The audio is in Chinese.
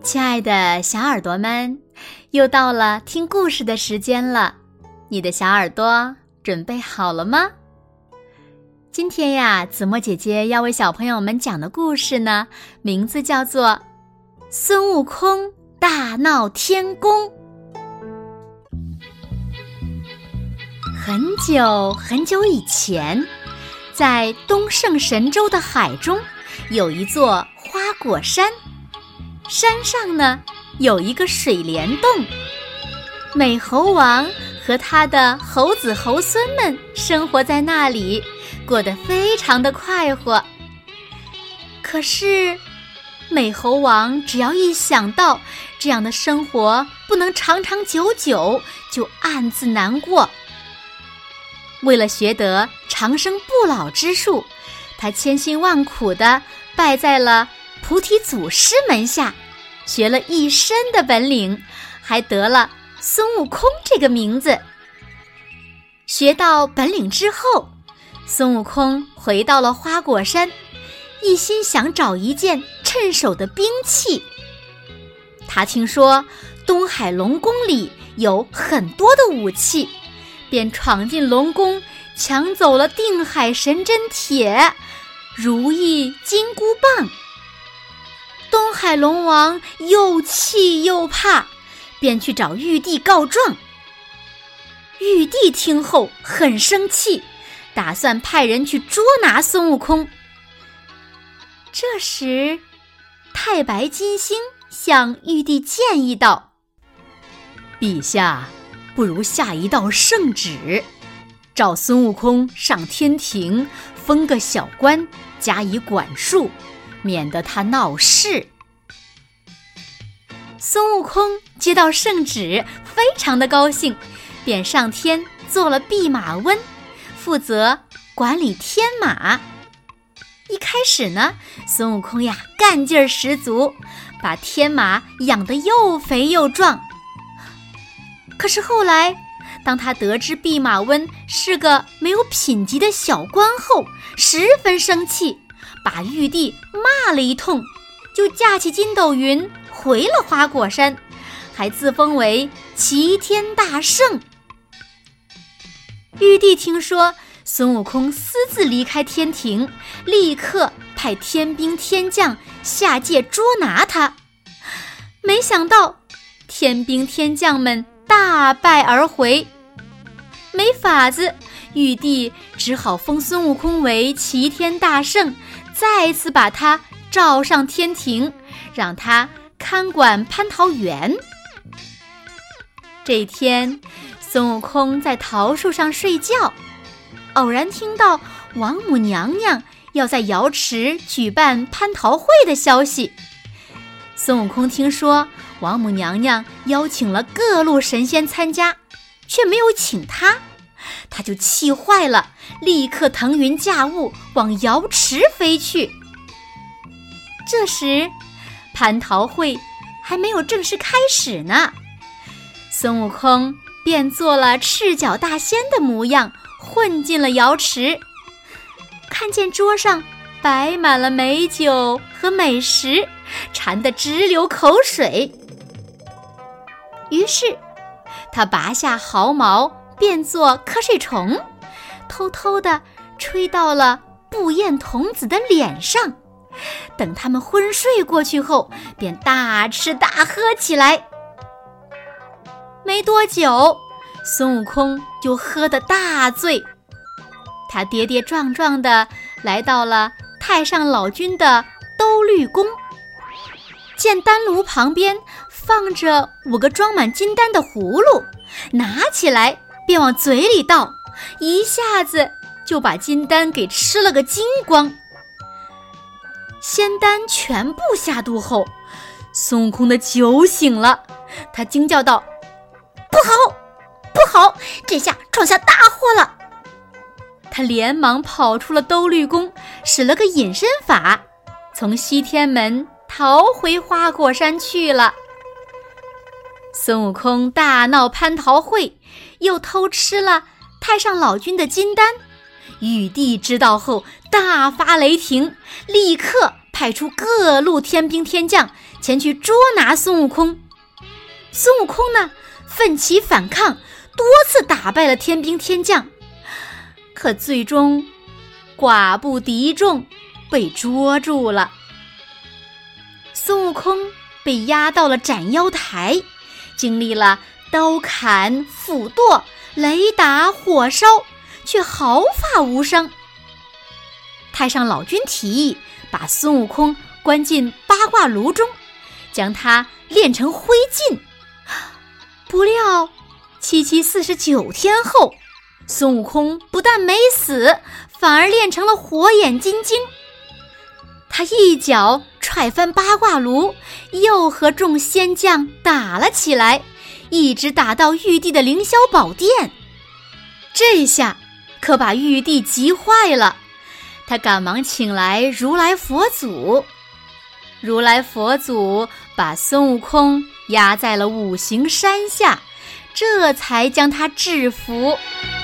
亲爱的小耳朵们，又到了听故事的时间了，你的小耳朵准备好了吗？今天呀，子墨姐姐要为小朋友们讲的故事呢，名字叫做《孙悟空大闹天宫》。很久很久以前，在东胜神州的海中，有一座花果山，山上呢有一个水帘洞，美猴王和他的猴子猴孙们生活在那里，过得非常的快活。可是美猴王只要一想到这样的生活不能长长久久，就暗自难过。为了学得长生不老之术，他千辛万苦地拜在了菩提祖师门下，学了一身的本领，还得了孙悟空这个名字。学到本领之后，孙悟空回到了花果山，一心想找一件趁手的兵器。他听说东海龙宫里有很多的武器，便闯进龙宫，抢走了定海神针铁、如意金箍棒。东海龙王又气又怕，便去找玉帝告状。玉帝听后很生气，打算派人去捉拿孙悟空。这时太白金星向玉帝建议道：陛下，不如下一道圣旨，召孙悟空上天庭，封个小官，加以管束，免得他闹事。孙悟空接到圣旨，非常的高兴，便上天做了弼马温，负责管理天马。一开始呢，孙悟空呀干劲儿十足，把天马养得又肥又壮。可是后来，当他得知弼马温是个没有品级的小官后，十分生气，把玉帝骂了一通，就架起筋斗云回了花果山，还自封为齐天大圣。玉帝听说孙悟空私自离开天庭，立刻派天兵天将下界捉拿他。没想到天兵天将们大败而回，没法子，玉帝只好封孙悟空为齐天大圣，再次把他召上天庭，让他看管蟠桃园。这天，孙悟空在桃树上睡觉，偶然听到王母娘娘要在瑶池举办蟠桃会的消息。孙悟空听说王母娘娘邀请了各路神仙参加，却没有请他，他就气坏了，立刻腾云驾雾往瑶池飞去。这时蟠桃会还没有正式开始呢，孙悟空便做了赤脚大仙的模样，混进了瑶池。看见桌上摆满了美酒和美食，馋得直流口水。于是他拔下毫毛变作瞌睡虫，偷偷地吹到了步焰童子的脸上。等他们昏睡过去后，便大吃大喝起来。没多久，孙悟空就喝得大醉，他跌跌撞撞地来到了太上老君的兜率宫，见丹炉旁边放着5个装满金丹的葫芦，拿起来便往嘴里倒，一下子就把金丹给吃了个精光。仙丹全部下肚后，孙悟空的酒醒了，他惊叫道：不好，不好，这下闯下大祸了。他连忙跑出了兜率宫，使了个隐身法，从西天门逃回花果山去了。孙悟空大闹蟠桃会，又偷吃了太上老君的金丹。玉帝知道后大发雷霆，立刻派出各路天兵天将前去捉拿孙悟空。孙悟空呢，奋起反抗，多次打败了天兵天将，可最终寡不敌众，被捉住了。孙悟空被押到了斩妖台，经历了刀砍、斧剁、雷打、火烧，却毫发无伤。太上老君提议把孙悟空关进八卦炉中，将他炼成灰烬。不料749天后，孙悟空不但没死，反而炼成了火眼金睛。他一脚踹翻八卦炉，又和众仙将打了起来，一直打到玉帝的凌霄宝殿。这下可把玉帝急坏了，他赶忙请来如来佛祖。如来佛祖把孙悟空压在了五行山下，这才将他制服。